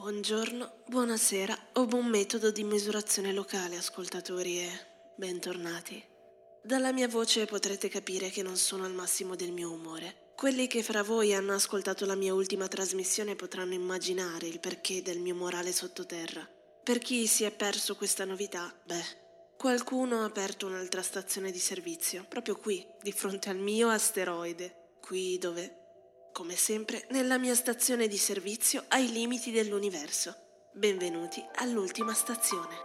Buongiorno, buonasera o buon metodo di misurazione locale, ascoltatori, e bentornati. Dalla mia voce potrete capire che non sono al massimo del mio umore. Quelli che fra voi hanno ascoltato la mia ultima trasmissione potranno immaginare il perché del mio morale sottoterra. Per chi si è perso questa novità, qualcuno ha aperto un'altra stazione di servizio, proprio qui, di fronte al mio asteroide. Qui dove, come sempre, nella mia stazione di servizio ai limiti dell'universo. Benvenuti all'ultima stazione.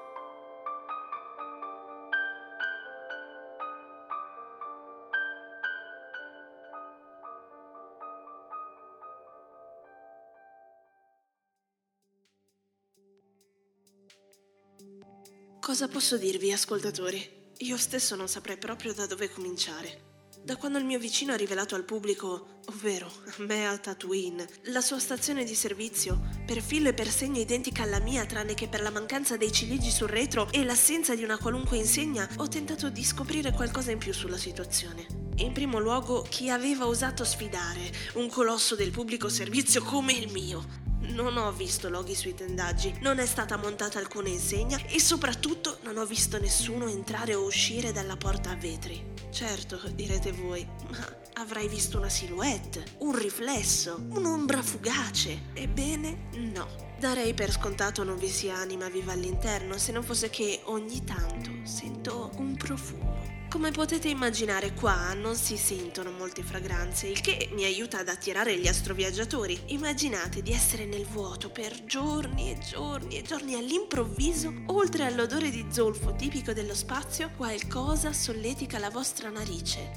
Cosa posso dirvi, ascoltatori? Io stesso non saprei proprio da dove cominciare. Da quando il mio vicino ha rivelato al pubblico, ovvero a me al Tatooine, la sua stazione di servizio, per filo e per segno identica alla mia tranne che per la mancanza dei cilegi sul retro e l'assenza di una qualunque insegna, ho tentato di scoprire qualcosa in più sulla situazione. In primo luogo, chi aveva osato sfidare un colosso del pubblico servizio come il mio. Non ho visto loghi sui tendaggi, non è stata montata alcuna insegna e soprattutto non ho visto nessuno entrare o uscire dalla porta a vetri. Certo, direte voi, ma avrai visto una silhouette, un riflesso, un'ombra fugace. Ebbene, no. Darei per scontato non vi sia anima viva all'interno, se non fosse che ogni tanto sento un profumo. Come potete immaginare, qua non si sentono molte fragranze, il che mi aiuta ad attirare gli astroviaggiatori. Immaginate di essere nel vuoto per giorni e giorni e giorni, all'improvviso, oltre all'odore di zolfo tipico dello spazio, qualcosa solletica la vostra narice.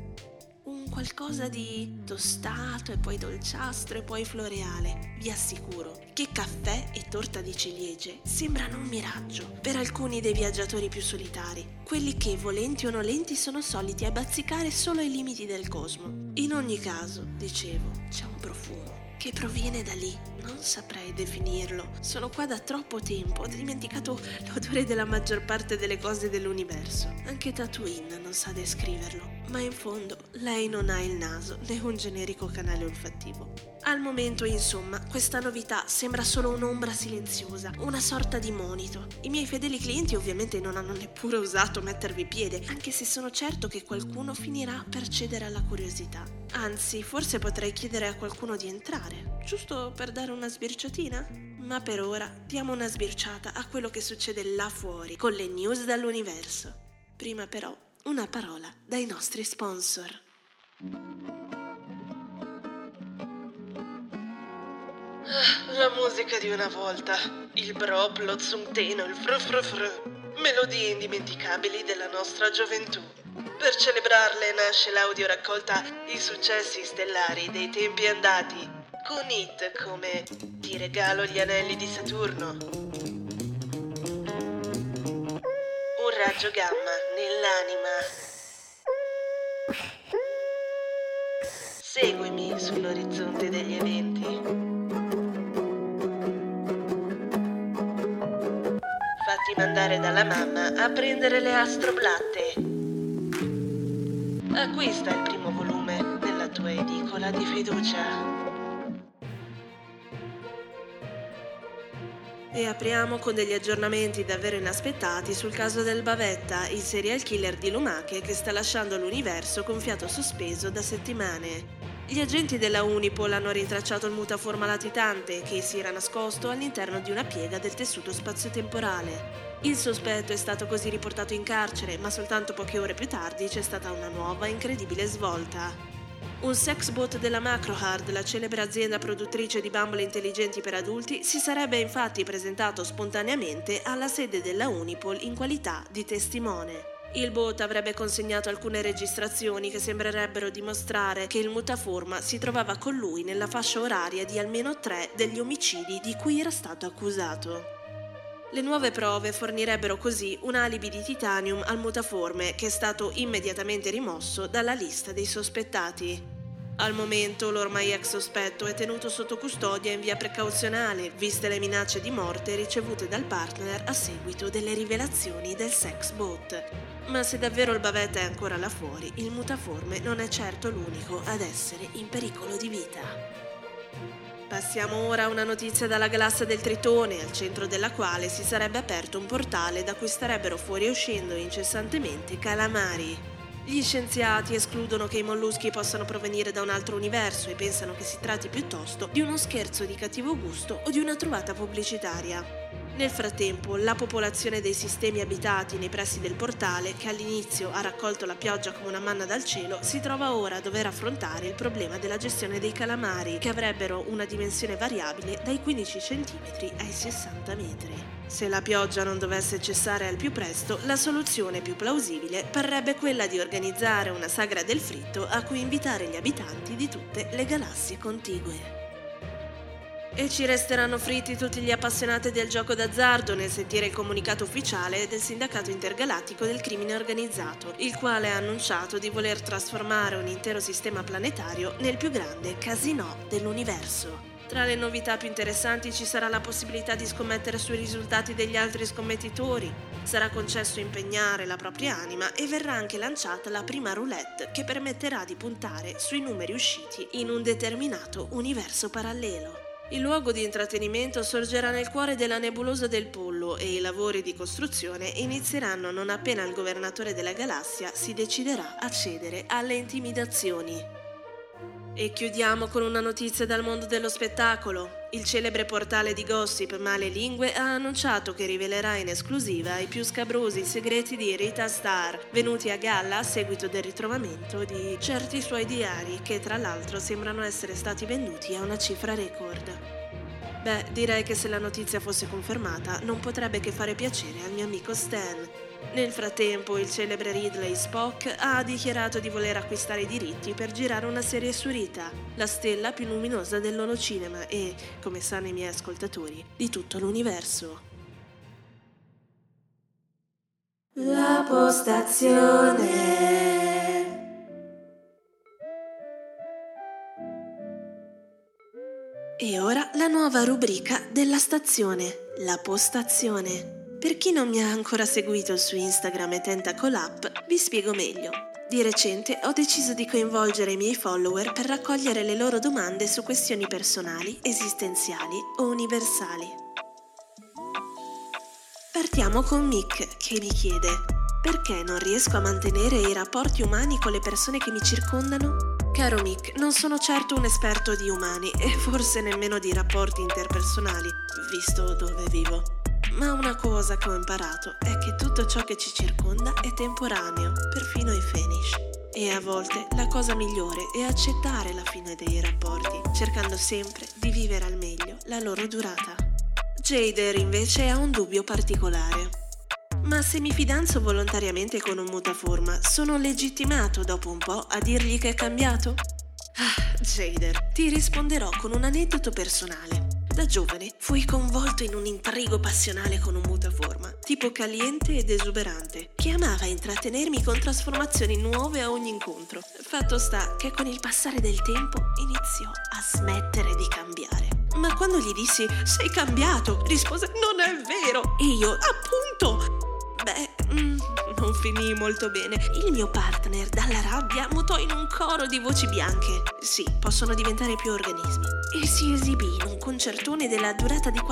Un qualcosa di tostato e poi dolciastro e poi floreale. Vi assicuro che caffè e torta di ciliegie sembrano un miraggio per alcuni dei viaggiatori più solitari, quelli che, volenti o nolenti, sono soliti a bazzicare solo ai limiti del cosmo. In ogni caso, dicevo, c'è un profumo che proviene da lì. Non saprei definirlo. Sono qua da troppo tempo, ho dimenticato l'odore della maggior parte delle cose dell'universo. Anche Tatooine non sa descriverlo. Ma in fondo, lei non ha il naso né un generico canale olfattivo. Al momento, insomma, questa novità sembra solo un'ombra silenziosa, una sorta di monito. I miei fedeli clienti ovviamente non hanno neppure osato mettervi piede, anche se sono certo che qualcuno finirà per cedere alla curiosità. Anzi, forse potrei chiedere a qualcuno di entrare, giusto per dare una sbirciatina? Ma per ora diamo una sbirciata a quello che succede là fuori, con le news dall'universo. Prima però, una parola dai nostri sponsor. La musica di una volta, il brop, lo zungteno, il fru fru fru, melodie indimenticabili della nostra gioventù. Per celebrarle nasce l'audio raccolta I successi stellari dei tempi andati, con hit come Ti regalo gli anelli di Saturno, Un raggio gamma nell'anima, Seguimi sull'orizzonte degli eventi, Fatti mandare dalla mamma a prendere le astroblatte. Acquista il primo volume nella tua edicola di fiducia. E apriamo con degli aggiornamenti davvero inaspettati sul caso del Bavetta, il serial killer di lumache che sta lasciando l'universo con fiato sospeso da settimane. Gli agenti della Unipol hanno rintracciato il mutaforma latitante che si era nascosto all'interno di una piega del tessuto spazio-temporale. Il sospetto è stato così riportato in carcere, ma soltanto poche ore più tardi c'è stata una nuova incredibile svolta. Un sexbot della Macrohard, la celebre azienda produttrice di bambole intelligenti per adulti, si sarebbe infatti presentato spontaneamente alla sede della Unipol in qualità di testimone. Il bot avrebbe consegnato alcune registrazioni che sembrerebbero dimostrare che il mutaforma si trovava con lui nella fascia oraria di almeno 3 degli omicidi di cui era stato accusato. Le nuove prove fornirebbero così un alibi di titanium al mutaforme che è stato immediatamente rimosso dalla lista dei sospettati. Al momento l'ormai ex sospetto è tenuto sotto custodia in via precauzionale, viste le minacce di morte ricevute dal partner a seguito delle rivelazioni del sex bot. Ma se davvero il Bavetta è ancora là fuori, il mutaforme non è certo l'unico ad essere in pericolo di vita. Passiamo ora a una notizia dalla galassia del Tritone, al centro della quale si sarebbe aperto un portale da cui starebbero fuoriuscendo incessantemente calamari. Gli scienziati escludono che i molluschi possano provenire da un altro universo e pensano che si tratti piuttosto di uno scherzo di cattivo gusto o di una trovata pubblicitaria. Nel frattempo, la popolazione dei sistemi abitati nei pressi del portale, che all'inizio ha raccolto la pioggia come una manna dal cielo, si trova ora a dover affrontare il problema della gestione dei calamari, che avrebbero una dimensione variabile dai 15 cm ai 60 metri. Se la pioggia non dovesse cessare al più presto, la soluzione più plausibile parrebbe quella di organizzare una sagra del fritto a cui invitare gli abitanti di tutte le galassie contigue. E ci resteranno fritti tutti gli appassionati del gioco d'azzardo nel sentire il comunicato ufficiale del Sindacato Intergalattico del Crimine Organizzato, il quale ha annunciato di voler trasformare un intero sistema planetario nel più grande casinò dell'universo. Tra le novità più interessanti ci sarà la possibilità di scommettere sui risultati degli altri scommettitori. Sarà concesso impegnare la propria anima e verrà anche lanciata la prima roulette che permetterà di puntare sui numeri usciti in un determinato universo parallelo. Il luogo di intrattenimento sorgerà nel cuore della nebulosa del Pollo e i lavori di costruzione inizieranno non appena il governatore della galassia si deciderà a cedere alle intimidazioni. E chiudiamo con una notizia dal mondo dello spettacolo. Il celebre portale di gossip Male Lingue ha annunciato che rivelerà in esclusiva i più scabrosi segreti di Rita Star, venuti a galla a seguito del ritrovamento di certi suoi diari che tra l'altro sembrano essere stati venduti a una cifra record. Beh, direi che se la notizia fosse confermata non potrebbe che fare piacere al mio amico Stan. Nel frattempo, il celebre Ridley Spock ha dichiarato di voler acquistare i diritti per girare una serie su Rita, la stella più luminosa dell'olocinema e, come sanno i miei ascoltatori, di tutto l'universo. La postazione. E ora la nuova rubrica della stazione, la postazione. Per chi non mi ha ancora seguito su Instagram e Tentacle App, vi spiego meglio. Di recente ho deciso di coinvolgere i miei follower per raccogliere le loro domande su questioni personali, esistenziali o universali. Partiamo con Mick, che mi chiede: perché non riesco a mantenere i rapporti umani con le persone che mi circondano? Caro Mick, non sono certo un esperto di umani e forse nemmeno di rapporti interpersonali, visto dove vivo. Ma una cosa che ho imparato è che tutto ciò che ci circonda è temporaneo, perfino i finish. E a volte la cosa migliore è accettare la fine dei rapporti, cercando sempre di vivere al meglio la loro durata. Jader invece ha un dubbio particolare. Ma se mi fidanzo volontariamente con un mutaforma, sono legittimato dopo un po' a dirgli che è cambiato? Jader, ti risponderò con un aneddoto personale. Da giovane fui coinvolto in un intrigo passionale con un mutaforma, tipo caliente ed esuberante, che amava intrattenermi con trasformazioni nuove a ogni incontro. Fatto sta che con il passare del tempo iniziò a smettere di cambiare. Ma quando gli dissi "sei cambiato", rispose "non è vero", e io "appunto". Non finì molto bene. Il mio partner, dalla rabbia, mutò in un coro di voci bianche. Sì, possono diventare più organismi. E si esibì in un concertone della durata di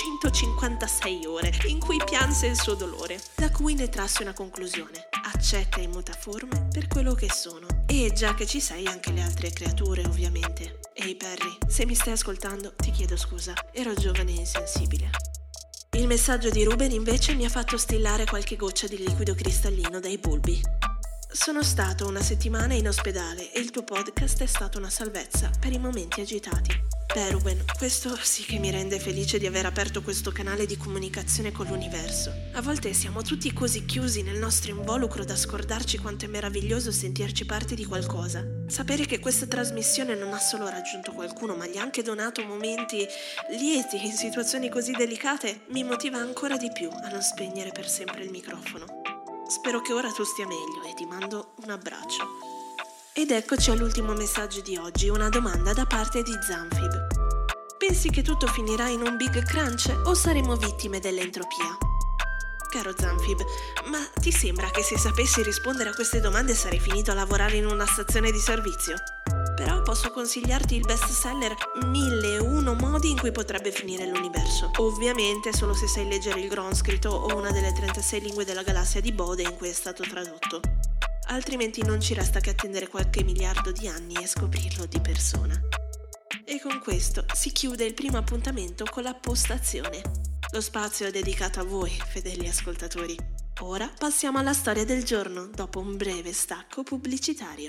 456 ore, in cui pianse il suo dolore, da cui ne trasse una conclusione: accetta i mutaforme per quello che sono. E già che ci sei, anche le altre creature, ovviamente. Ehi Perry, se mi stai ascoltando, ti chiedo scusa, ero giovane e insensibile. Il messaggio di Ruben invece mi ha fatto stillare qualche goccia di liquido cristallino dai bulbi. Sono stato una settimana in ospedale e il tuo podcast è stato una salvezza per i momenti agitati. Beh Ruben, questo sì che mi rende felice di aver aperto questo canale di comunicazione con l'universo. A volte siamo tutti così chiusi nel nostro involucro da scordarci quanto è meraviglioso sentirci parte di qualcosa. Sapere che questa trasmissione non ha solo raggiunto qualcuno, ma gli ha anche donato momenti lieti in situazioni così delicate, mi motiva ancora di più a non spegnere per sempre il microfono. Spero che ora tu stia meglio e ti mando un abbraccio. Ed eccoci all'ultimo messaggio di oggi, una domanda da parte di Zanfib. Pensi che tutto finirà in un big crunch o saremo vittime dell'entropia? Caro Zanfib, ma ti sembra che se sapessi rispondere a queste domande sarei finito a lavorare in una stazione di servizio? Però posso consigliarti il bestseller 1001 modi in cui potrebbe finire l'universo. Ovviamente solo se sai leggere il gronscrito o una delle 36 lingue della galassia di Bode in cui è stato tradotto. Altrimenti non ci resta che attendere qualche miliardo di anni e scoprirlo di persona. E con questo si chiude il primo appuntamento con la postazione. Lo spazio è dedicato a voi, fedeli ascoltatori. Ora passiamo alla storia del giorno, dopo un breve stacco pubblicitario.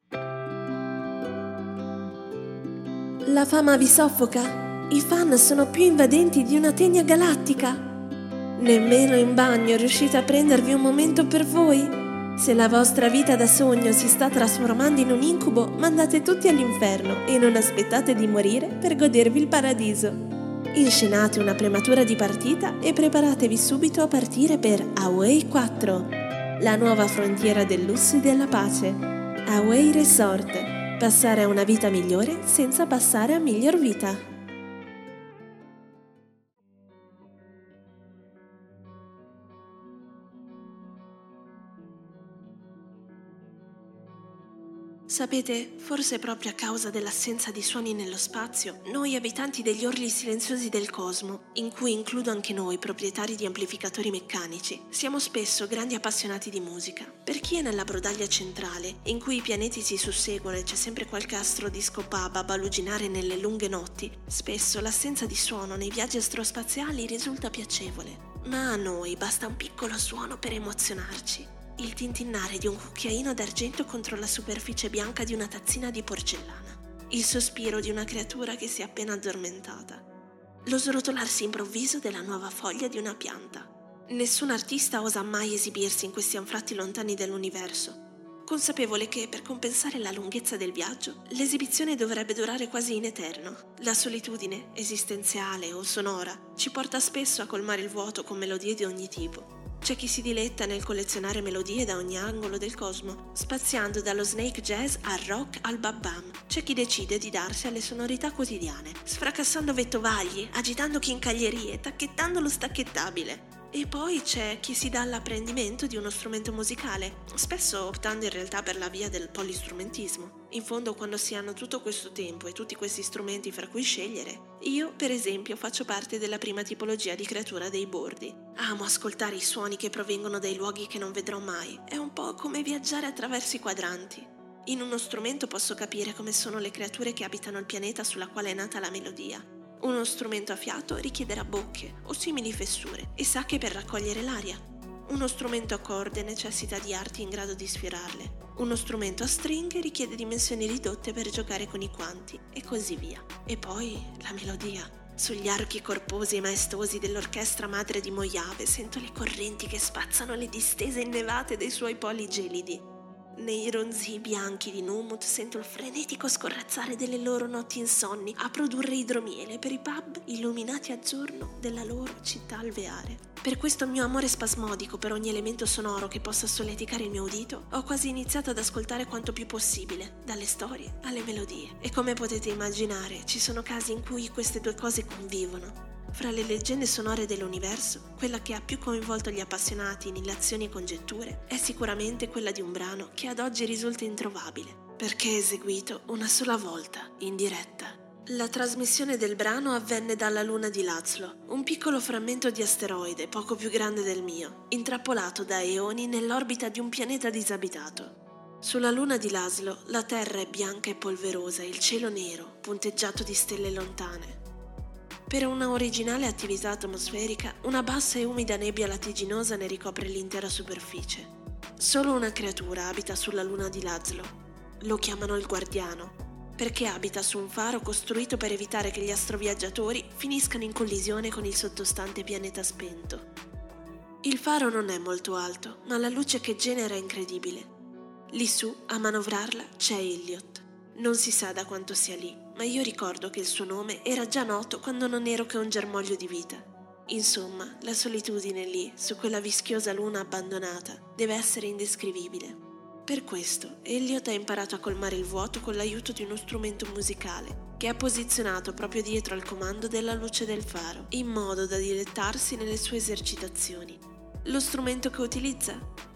La fama vi soffoca? I fan sono più invadenti di una tegna galattica? Nemmeno in bagno riuscite a prendervi un momento per voi? Se la vostra vita da sogno si sta trasformando in un incubo, mandate tutti all'inferno e non aspettate di morire per godervi il paradiso. Inscenate una prematura di partita e preparatevi subito a partire per Away 4, la nuova frontiera del lusso e della pace. Away Resort, passare a una vita migliore senza passare a miglior vita. Sapete, forse proprio a causa dell'assenza di suoni nello spazio, noi abitanti degli orli silenziosi del cosmo, in cui includo anche noi proprietari di amplificatori meccanici, siamo spesso grandi appassionati di musica. Per chi è nella brodaglia centrale, in cui i pianeti si susseguono e c'è sempre qualche astrodisco pub a baluginare nelle lunghe notti, spesso l'assenza di suono nei viaggi astrospaziali risulta piacevole. Ma a noi basta un piccolo suono per emozionarci. Il tintinnare di un cucchiaino d'argento contro la superficie bianca di una tazzina di porcellana. Il sospiro di una creatura che si è appena addormentata. Lo srotolarsi improvviso della nuova foglia di una pianta. Nessun artista osa mai esibirsi in questi anfratti lontani dell'universo, consapevole che per compensare la lunghezza del viaggio, l'esibizione dovrebbe durare quasi in eterno. La solitudine, esistenziale o sonora, ci porta spesso a colmare il vuoto con melodie di ogni tipo. C'è chi si diletta nel collezionare melodie da ogni angolo del cosmo, spaziando dallo snake jazz al rock al bam. C'è chi decide di darsi alle sonorità quotidiane, sfracassando vettovagli, agitando chincaglierie, tacchettando lo stacchettabile. E poi c'è chi si dà all'apprendimento di uno strumento musicale, spesso optando in realtà per la via del polistrumentismo. In fondo, quando si hanno tutto questo tempo e tutti questi strumenti fra cui scegliere, io, per esempio, faccio parte della prima tipologia di creatura dei bordi. Amo ascoltare i suoni che provengono dai luoghi che non vedrò mai. È un po' come viaggiare attraverso i quadranti. In uno strumento posso capire come sono le creature che abitano il pianeta sulla quale è nata la melodia. Uno strumento a fiato richiederà bocche o simili fessure e sacche per raccogliere l'aria. Uno strumento a corde necessita di arti in grado di sfiorarle. Uno strumento a stringhe richiede dimensioni ridotte per giocare con i quanti e così via. E poi la melodia. Sugli archi corposi e maestosi dell'orchestra madre di Mojave sento le correnti che spazzano le distese innevate dei suoi poli gelidi. Nei ronzii bianchi di Numut sento il frenetico scorrazzare delle loro notti insonni a produrre idromiele per i pub illuminati a giorno della loro città alveare. Per questo mio amore spasmodico per ogni elemento sonoro che possa solleticare il mio udito, ho quasi iniziato ad ascoltare quanto più possibile, dalle storie alle melodie. E come potete immaginare, ci sono casi in cui queste due cose convivono. Fra le leggende sonore dell'universo, quella che ha più coinvolto gli appassionati in illazioni e congetture è sicuramente quella di un brano che ad oggi risulta introvabile, perché è eseguito una sola volta, in diretta. La trasmissione del brano avvenne dalla luna di Lazlo, un piccolo frammento di asteroide poco più grande del mio, intrappolato da eoni nell'orbita di un pianeta disabitato. Sulla luna di Laszlo la terra è bianca e polverosa e il cielo nero, punteggiato di stelle lontane. Per una originale attività atmosferica, una bassa e umida nebbia lattiginosa ne ricopre l'intera superficie. Solo una creatura abita sulla luna di Laszlo. Lo chiamano il Guardiano, perché abita su un faro costruito per evitare che gli astroviaggiatori finiscano in collisione con il sottostante pianeta spento. Il faro non è molto alto, ma la luce che genera è incredibile. Lì su, a manovrarla, c'è Elliot. Non si sa da quanto sia lì, ma io ricordo che il suo nome era già noto quando non ero che un germoglio di vita. Insomma, la solitudine lì, su quella vischiosa luna abbandonata, deve essere indescrivibile. Per questo, Elliot ha imparato a colmare il vuoto con l'aiuto di uno strumento musicale, che è posizionato proprio dietro al comando della luce del faro, in modo da dilettarsi nelle sue esercitazioni. Lo strumento che utilizza?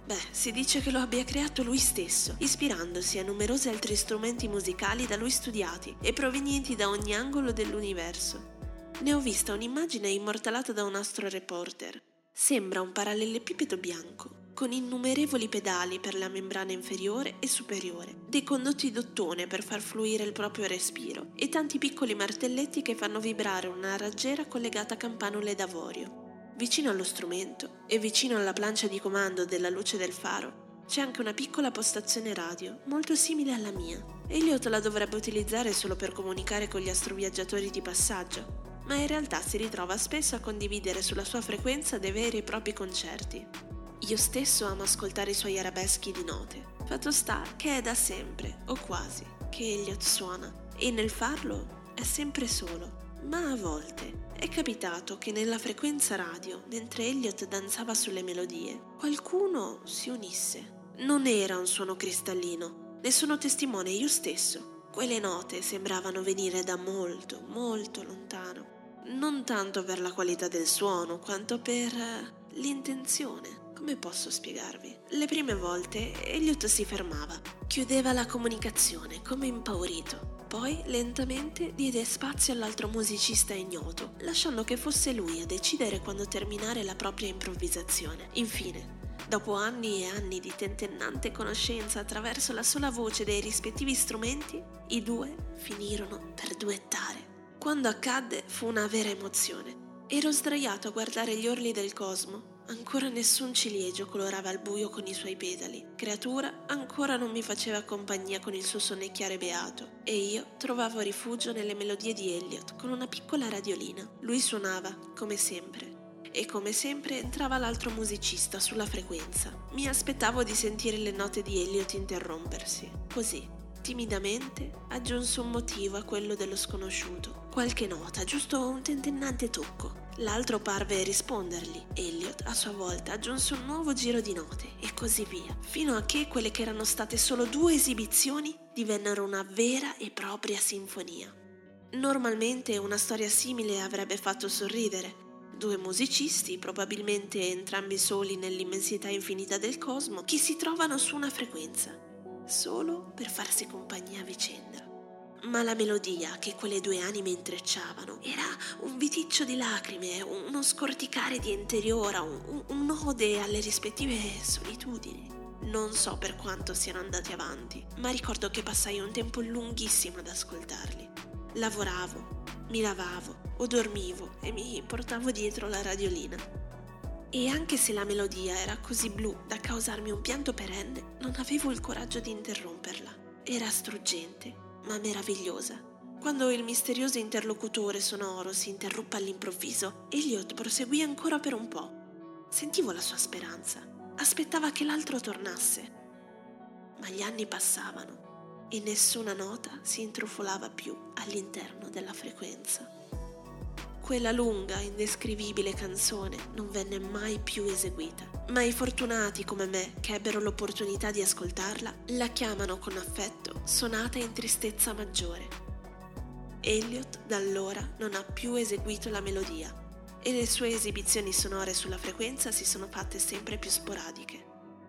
Beh, si dice che lo abbia creato lui stesso, ispirandosi a numerosi altri strumenti musicali da lui studiati e provenienti da ogni angolo dell'universo. Ne ho vista un'immagine immortalata da un astroreporter. Sembra un parallelepipedo bianco, con innumerevoli pedali per la membrana inferiore e superiore, dei condotti d'ottone per far fluire il proprio respiro e tanti piccoli martelletti che fanno vibrare una raggiera collegata a campanule d'avorio. Vicino allo strumento e vicino alla plancia di comando della luce del faro c'è anche una piccola postazione radio, molto simile alla mia. Elliot la dovrebbe utilizzare solo per comunicare con gli astroviaggiatori di passaggio, ma in realtà si ritrova spesso a condividere sulla sua frequenza dei veri e propri concerti. Io stesso amo ascoltare i suoi arabeschi di note. Fatto sta che è da sempre, o quasi, che Elliot suona, e nel farlo è sempre solo. Ma a volte è capitato che nella frequenza radio, mentre Elliot danzava sulle melodie, qualcuno si unisse. Non era un suono cristallino, ne sono testimone io stesso. Quelle note sembravano venire da molto, molto lontano. Non tanto per la qualità del suono, quanto per l'intenzione. Come posso spiegarvi? Le prime volte Elliot si fermava, chiudeva la comunicazione come impaurito. Poi lentamente diede spazio all'altro musicista ignoto, lasciando che fosse lui a decidere quando terminare la propria improvvisazione. Infine, dopo anni e anni di tentennante conoscenza attraverso la sola voce dei rispettivi strumenti, i due finirono per duettare. Quando accadde fu una vera emozione. Ero sdraiato a guardare gli orli del cosmo. Ancora nessun ciliegio colorava il buio con i suoi petali. Creatura ancora non mi faceva compagnia con il suo sonnecchiare beato e io trovavo rifugio nelle melodie di Elliot con una piccola radiolina. Lui suonava, come sempre, e come sempre entrava l'altro musicista sulla frequenza. Mi aspettavo di sentire le note di Elliot interrompersi. Così, timidamente, aggiunse un motivo a quello dello sconosciuto. Qualche nota, giusto un tentennante tocco. L'altro parve rispondergli. Elliot, a sua volta, aggiunse un nuovo giro di note e così via, fino a che quelle che erano state solo 2 esibizioni divennero una vera e propria sinfonia. Normalmente una storia simile avrebbe fatto sorridere. 2 musicisti, probabilmente entrambi soli nell'immensità infinita del cosmo, che si trovano su una frequenza, solo per farsi compagnia a vicenda. Ma la melodia che quelle 2 anime intrecciavano era un viticcio di lacrime, uno scorticare di interiora, un'ode alle rispettive solitudini. Non so per quanto siano andati avanti, ma ricordo che passai un tempo lunghissimo ad ascoltarli. Lavoravo, mi lavavo o dormivo e mi portavo dietro la radiolina. E anche se la melodia era così blu da causarmi un pianto perenne, non avevo il coraggio di interromperla. Era struggente, ma meravigliosa. Quando il misterioso interlocutore sonoro si interruppe all'improvviso, Elliot proseguì ancora per un po'. Sentivo la sua speranza. Aspettava che l'altro tornasse. Ma gli anni passavano e nessuna nota si intrufolava più all'interno della frequenza. Quella lunga, indescrivibile canzone non venne mai più eseguita, ma i fortunati come me che ebbero l'opportunità di ascoltarla la chiamano con affetto sonata in tristezza maggiore. Elliot da allora non ha più eseguito la melodia e le sue esibizioni sonore sulla frequenza si sono fatte sempre più sporadiche.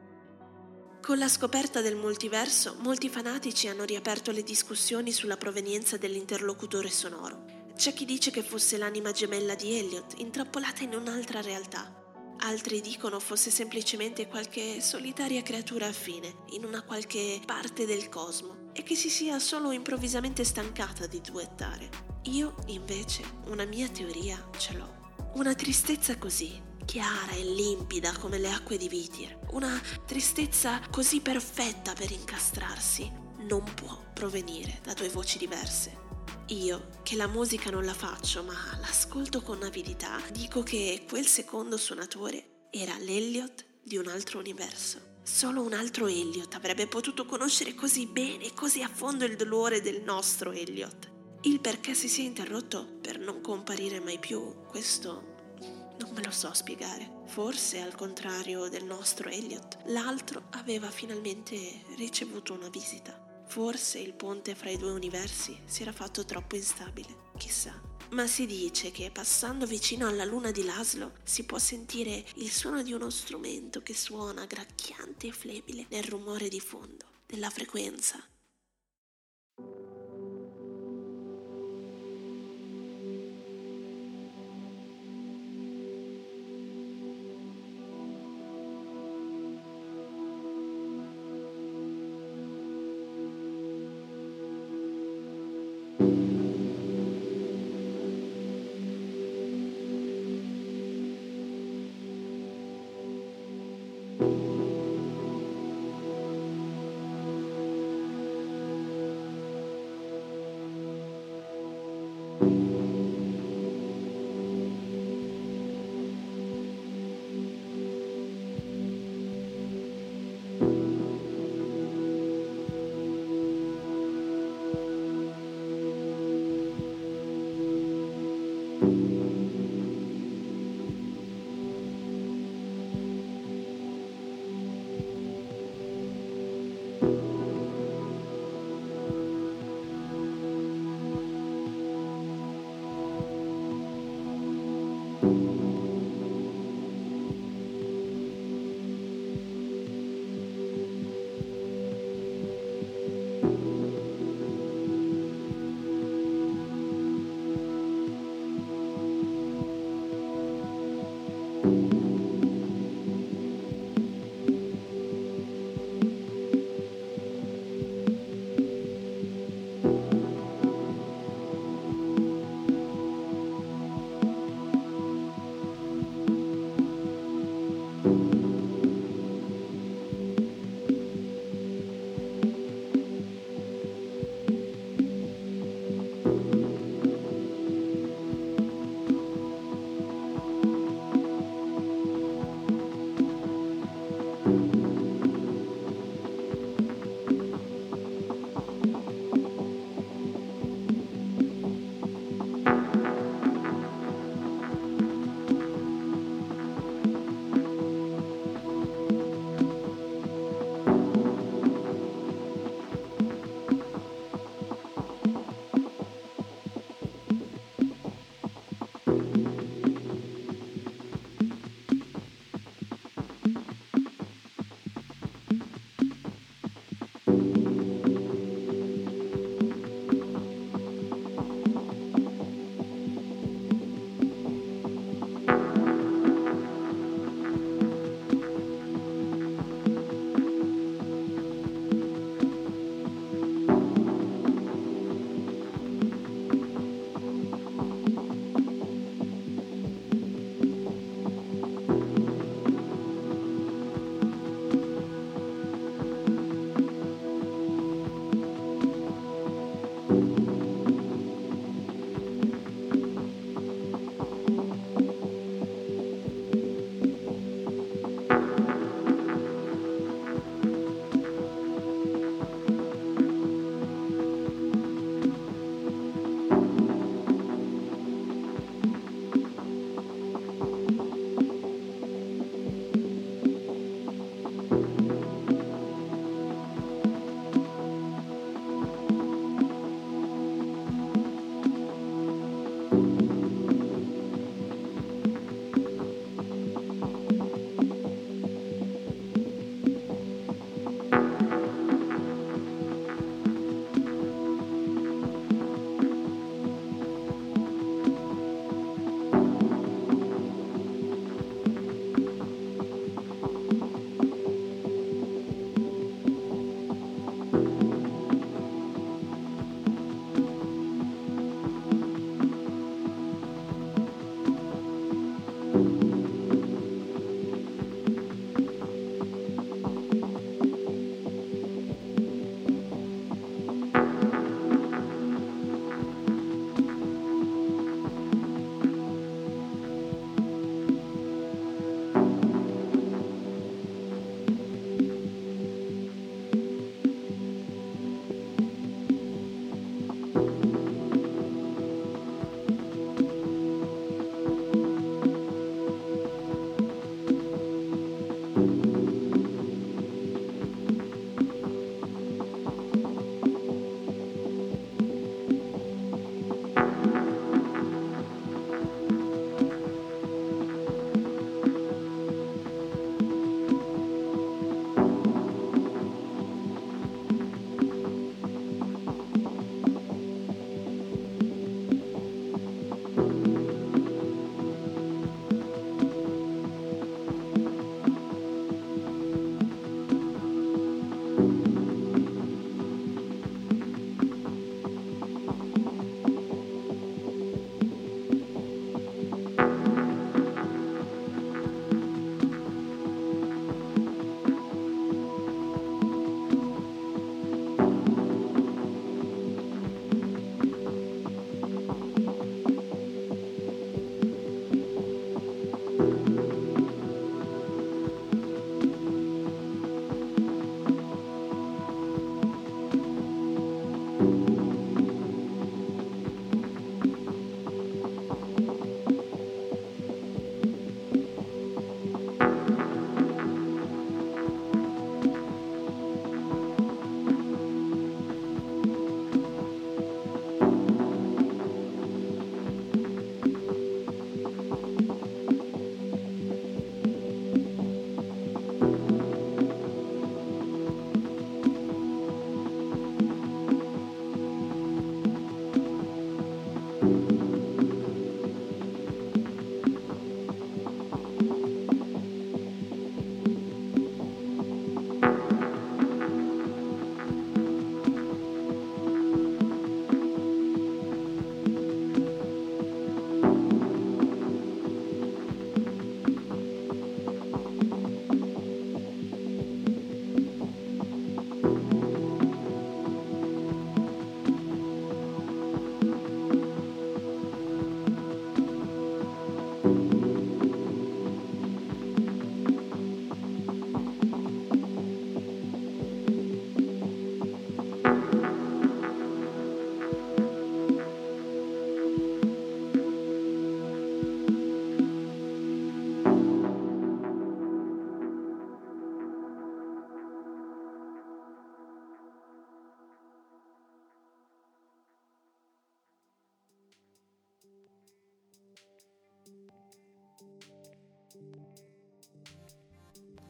Con la scoperta del multiverso, molti fanatici hanno riaperto le discussioni sulla provenienza dell'interlocutore sonoro. C'è chi dice che fosse l'anima gemella di Elliot, intrappolata in un'altra realtà. Altri dicono fosse semplicemente qualche solitaria creatura affine, in una qualche parte del cosmo, e che si sia solo improvvisamente stancata di duettare. Io, invece, una mia teoria ce l'ho. Una tristezza così, chiara e limpida come le acque di Vitir, una tristezza così perfetta per incastrarsi, non può provenire da 2 voci diverse. Io, che la musica non la faccio, ma l'ascolto con avidità, dico che quel secondo suonatore era l'Elliot di un altro universo. Solo un altro Elliot avrebbe potuto conoscere così bene e così a fondo il dolore del nostro Elliot. Il perché si sia interrotto per non comparire mai più, questo non me lo so spiegare. Forse, al contrario del nostro Elliot, l'altro aveva finalmente ricevuto una visita. Forse il ponte fra i 2 universi si era fatto troppo instabile, chissà. Ma si dice che passando vicino alla luna di Laszlo si può sentire il suono di uno strumento che suona gracchiante e flebile nel rumore di fondo della frequenza.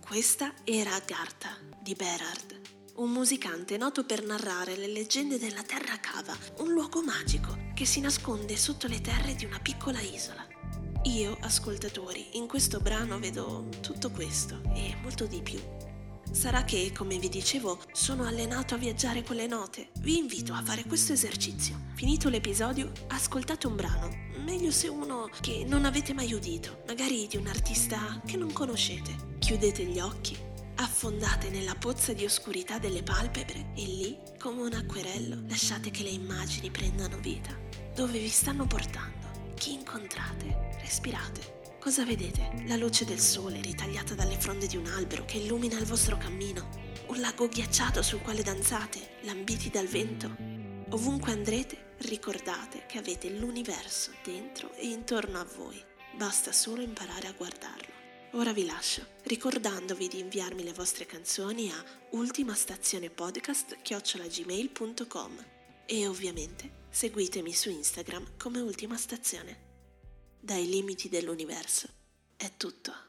Questa era Agartha di Berard, un musicante noto per narrare le leggende della Terra Cava, un luogo magico che si nasconde sotto le terre di una piccola isola. Io, ascoltatori, in questo brano vedo tutto questo e molto di più. Sarà che, come vi dicevo, sono allenato a viaggiare con le note. Vi invito a fare questo esercizio. Finito l'episodio, ascoltate un brano, meglio se uno che non avete mai udito, magari di un artista che non conoscete. Chiudete gli occhi, affondate nella pozza di oscurità delle palpebre e lì, come un acquerello, lasciate che le immagini prendano vita. Dove vi stanno portando? Chi incontrate? Respirate. Cosa vedete? La luce del sole ritagliata dalle fronde di un albero che illumina il vostro cammino? Un lago ghiacciato sul quale danzate, lambiti dal vento? Ovunque andrete, ricordate che avete l'universo dentro e intorno a voi. Basta solo imparare a guardarlo. Ora vi lascio, ricordandovi di inviarmi le vostre canzoni a ultimastazionepodcast@gmail.com e ovviamente seguitemi su Instagram come Ultima Stazione. Dai limiti dell'universo è tutto.